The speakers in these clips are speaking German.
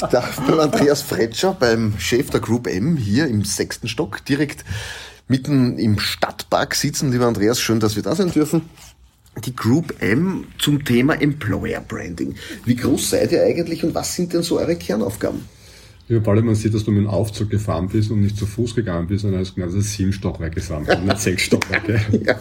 darf beim Andreas Fretscher, beim Chef der Group M, hier im 6. Stock, direkt mitten im Stadtpark sitzen. Lieber Andreas, schön, dass wir da sein dürfen. Die Group M zum Thema Employer Branding. Wie groß seid ihr eigentlich und was sind denn so eure Kernaufgaben? Ja, Pauli, man sieht, dass du mit dem Aufzug gefahren bist und nicht zu Fuß gegangen bist, sondern hast gemeint, dass es 7 Stockwerke sind, nicht 6 Stockwerke.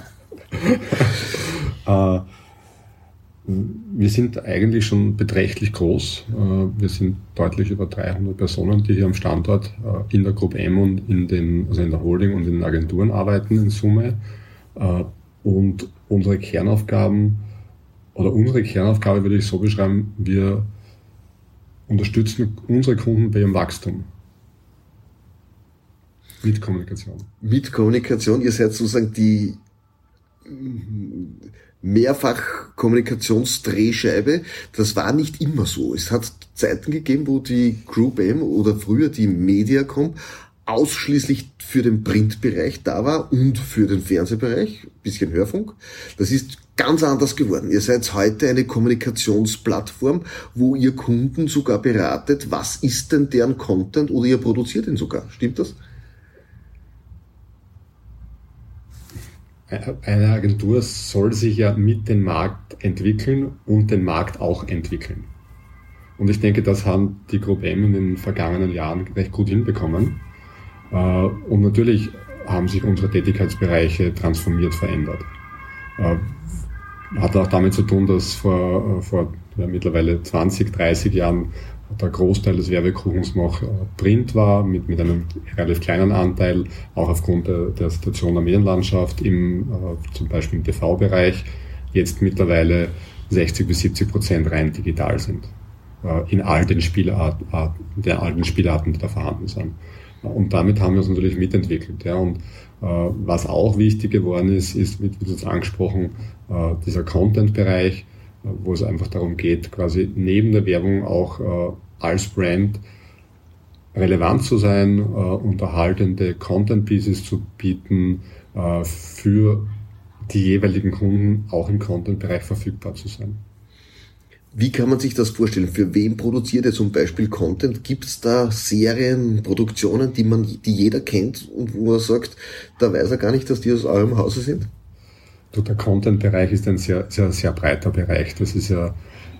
Ja. Wir sind eigentlich schon beträchtlich groß. Wir sind deutlich über 300 Personen, die hier am Standort in der Group M und in der Holding und in den Agenturen arbeiten in Summe. Und unsere Kernaufgabe würde ich so beschreiben, wir unterstützen unsere Kunden bei ihrem Wachstum. Mit Kommunikation. Mit Kommunikation, ihr seid sozusagen die Mehrfach-Kommunikationsdrehscheibe. Das war nicht immer so. Es hat Zeiten gegeben, wo die Group M oder früher die Mediacom ausschließlich für den Printbereich da war und für den Fernsehbereich, bisschen Hörfunk. Das ist ganz anders geworden. Ihr seid heute eine Kommunikationsplattform, wo ihr Kunden sogar beratet, was ist denn deren Content, oder ihr produziert ihn sogar. Stimmt das? Eine Agentur soll sich ja mit dem Markt entwickeln und den Markt auch entwickeln. Und ich denke, das haben die Group M in den vergangenen Jahren recht gut hinbekommen. Und natürlich haben sich unsere Tätigkeitsbereiche transformiert, verändert. Hat auch damit zu tun, dass vor mittlerweile 20, 30 Jahren der Großteil des Werbekuchens noch Print war, mit einem relativ kleinen Anteil, auch aufgrund der Situation der Medienlandschaft, zum Beispiel im TV-Bereich, jetzt mittlerweile 60-70% rein digital sind. In all den Spielarten, die da vorhanden sind. Und damit haben wir uns natürlich mitentwickelt. Ja. Und was auch wichtig geworden ist, wie du es angesprochen, dieser Content-Bereich, wo es einfach darum geht, quasi neben der Werbung auch als Brand relevant zu sein, unterhaltende Content-Pieces zu bieten, für die jeweiligen Kunden auch im Content-Bereich verfügbar zu sein. Wie kann man sich das vorstellen? Für wen produziert ihr zum Beispiel Content? Gibt es da Serien, Produktionen, die jeder kennt und wo er sagt, da weiß er gar nicht, dass die aus eurem Hause sind? Der Content-Bereich ist ein sehr, sehr, sehr breiter Bereich. Das ist ja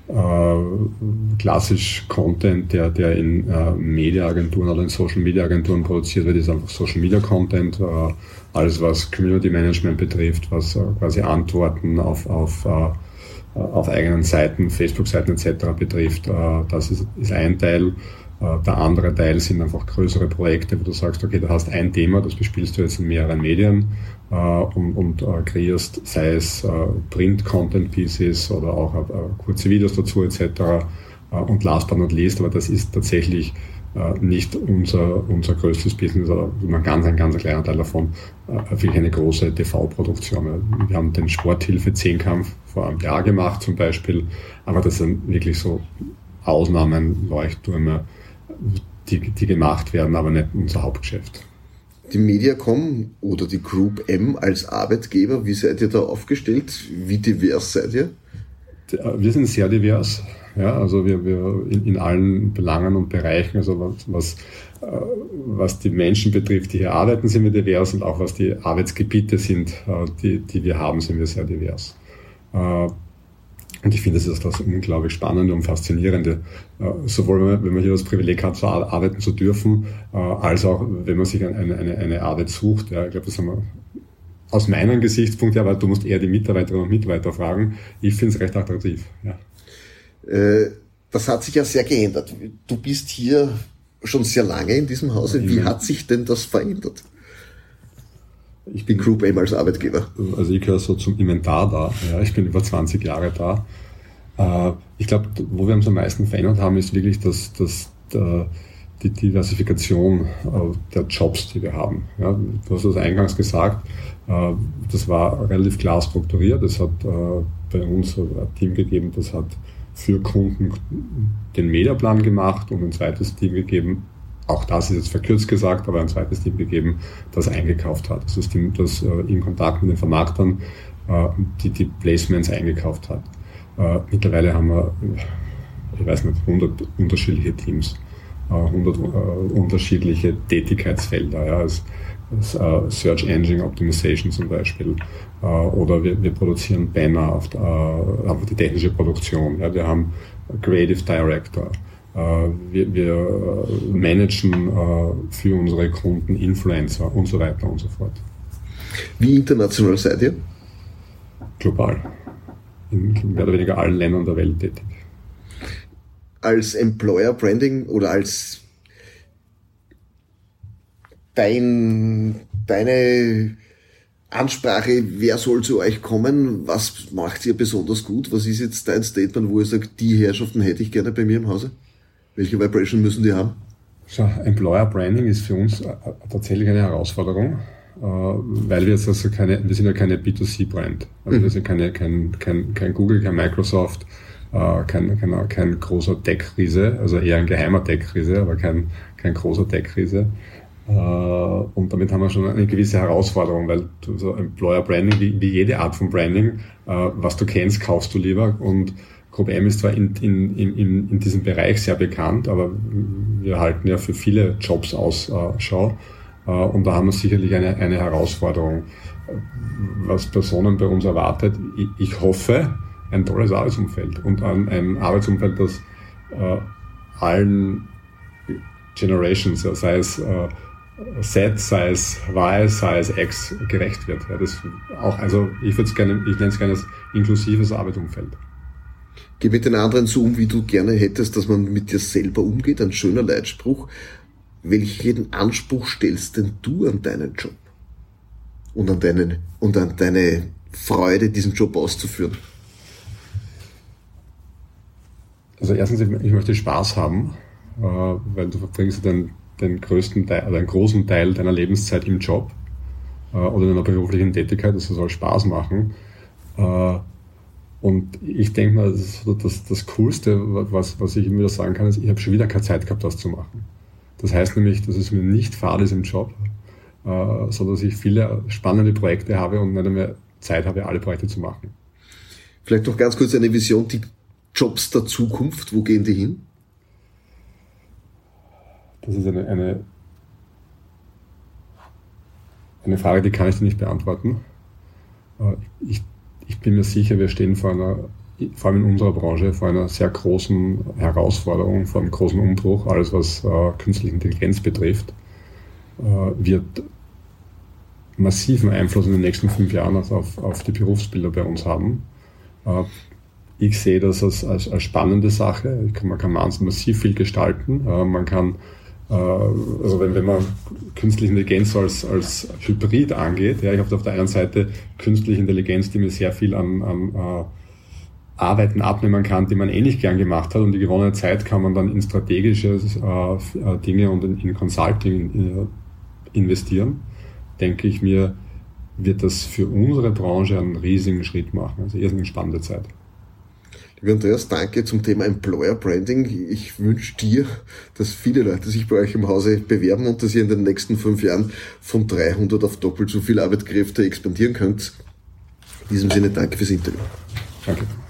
klassisch Content, der in Media-Agenturen oder in Social-Media-Agenturen produziert wird, ist einfach Social-Media-Content. Alles, was Community-Management betrifft, was quasi Antworten auf eigenen Seiten, Facebook-Seiten etc. betrifft, das ist ein Teil. Der andere Teil sind einfach größere Projekte, wo du sagst, okay, du hast ein Thema, das bespielst du jetzt in mehreren Medien und kreierst, sei es Print-Content-Pieces oder auch kurze Videos dazu etc. Und last but not least, aber das ist tatsächlich nicht unser größtes Business, oder ein ganz kleiner Teil davon, wirklich eine große TV-Produktion. Wir haben den Sporthilfe-Zehnkampf vor einem Jahr gemacht zum Beispiel, aber das sind wirklich so Ausnahmen, Leuchttürme, die gemacht werden, aber nicht unser Hauptgeschäft. Die Mediacom oder die Group M als Arbeitgeber, wie seid ihr da aufgestellt? Wie divers seid ihr? Wir sind sehr divers. Ja, also wir in allen Belangen und Bereichen, also was die Menschen betrifft, die hier arbeiten, sind wir divers, und auch was die Arbeitsgebiete sind, die wir haben, sind wir sehr divers. Und ich finde, das ist das unglaublich Spannende und Faszinierende, sowohl wenn man hier das Privileg hat, so arbeiten zu dürfen, als auch wenn man sich eine Arbeit sucht. Ja, ich glaube, das haben wir aus meinem Gesichtspunkt, ja, weil du musst eher die Mitarbeiterinnen und Mitarbeiter fragen. Ich finde es recht attraktiv. Ja. Das hat sich ja sehr geändert. Du bist hier schon sehr lange in diesem Hause. Wie hat sich denn das verändert? Ich bin Group M als Arbeitgeber. Also ich gehöre so zum Inventar da. Ja, ich bin über 20 Jahre da. Ich glaube, wo wir uns am meisten verändert haben, ist wirklich die Diversifikation der Jobs, die wir haben. Ja, du hast das eingangs gesagt. Das war relativ klar strukturiert. Es hat bei uns ein Team gegeben, das hat für Kunden den Mediaplan gemacht und ein zweites Team gegeben, auch das ist jetzt verkürzt gesagt, aber ein zweites Team gegeben, das eingekauft hat. Das ist das Team, das in Kontakt mit den Vermarktern die Placements eingekauft hat. Mittlerweile haben wir, ich weiß nicht, 100 unterschiedliche Teams. 100 unterschiedliche Tätigkeitsfelder, ja, als Search Engine Optimization zum Beispiel, oder wir produzieren Banner auf die technische Produktion, ja, wir haben Creative Director, wir managen für unsere Kunden Influencer und so weiter und so fort. Wie international seid ihr? Global. In mehr oder weniger allen Ländern der Welt tätig. Als Employer Branding oder als deine Ansprache, wer soll zu euch kommen? Was macht ihr besonders gut? Was ist jetzt dein Statement, wo ihr sagt, die Herrschaften hätte ich gerne bei mir im Hause? Welche Vibration müssen die haben? So, Employer Branding ist für uns tatsächlich eine Herausforderung, weil wir jetzt wir sind ja keine B2C-Brand. Also wir sind kein Google, kein Microsoft, kein großer Tech-Riese, also eher ein geheimer Tech-Riese, aber kein großer Tech-Riese. Und damit haben wir schon eine gewisse Herausforderung, weil so Employer Branding, wie jede Art von Branding, was du kennst, kaufst du lieber. Und GroupM ist zwar in diesem Bereich sehr bekannt, aber wir halten ja für viele Jobs Ausschau. Und da haben wir sicherlich eine Herausforderung, was Personen bei uns erwartet. Ich hoffe, ein tolles Arbeitsumfeld und ein Arbeitsumfeld, das allen Generations, sei es Z, sei es Y, sei es X, gerecht wird. Ja, das auch, also ich nenne es gerne als inklusives Arbeitsumfeld. Geh mit den anderen so um, wie du gerne hättest, dass man mit dir selber umgeht. Ein schöner Leitspruch. Welchen Anspruch stellst denn du an deinen Job? Und an deine Freude, diesen Job auszuführen? Also erstens, ich möchte Spaß haben, weil du verbringst den größten Teil oder einen großen Teil deiner Lebenszeit im Job oder in einer beruflichen Tätigkeit. Das soll Spaß machen. Und ich denke mal, das Coolste, was ich immer wieder sagen kann, ist, ich habe schon wieder keine Zeit gehabt, das zu machen. Das heißt nämlich, dass es mir nicht fad ist im Job, sondern dass ich viele spannende Projekte habe und nicht mehr Zeit habe, alle Projekte zu machen. Vielleicht noch ganz kurz eine Vision, die Jobs der Zukunft, wo gehen die hin? Das ist eine Frage, die kann ich dir nicht beantworten. Ich bin mir sicher, wir stehen vor allem in unserer Branche, vor einer sehr großen Herausforderung, vor einem großen Umbruch. Alles, was künstliche Intelligenz betrifft, wird massiven Einfluss in den nächsten 5 Jahren auf die Berufsbilder bei uns haben. Ich sehe das als spannende Sache. Man kann massiv viel gestalten. Man kann, also wenn man künstliche Intelligenz als Hybrid angeht, ja, ich habe auf der einen Seite künstliche Intelligenz, die mir sehr viel an Arbeiten abnehmen kann, die man nicht gern gemacht hat, und die gewonnene Zeit kann man dann in strategische Dinge und in Consulting investieren. Denke ich mir, wird das für unsere Branche einen riesigen Schritt machen. Also irrsinnig spannende Zeit. Lieber Andreas, danke zum Thema Employer Branding. Ich wünsche dir, dass viele Leute sich bei euch im Hause bewerben und dass ihr in den nächsten 5 Jahren von 300 auf doppelt so viele Arbeitskräfte expandieren könnt. In diesem Sinne, danke fürs Interview. Danke.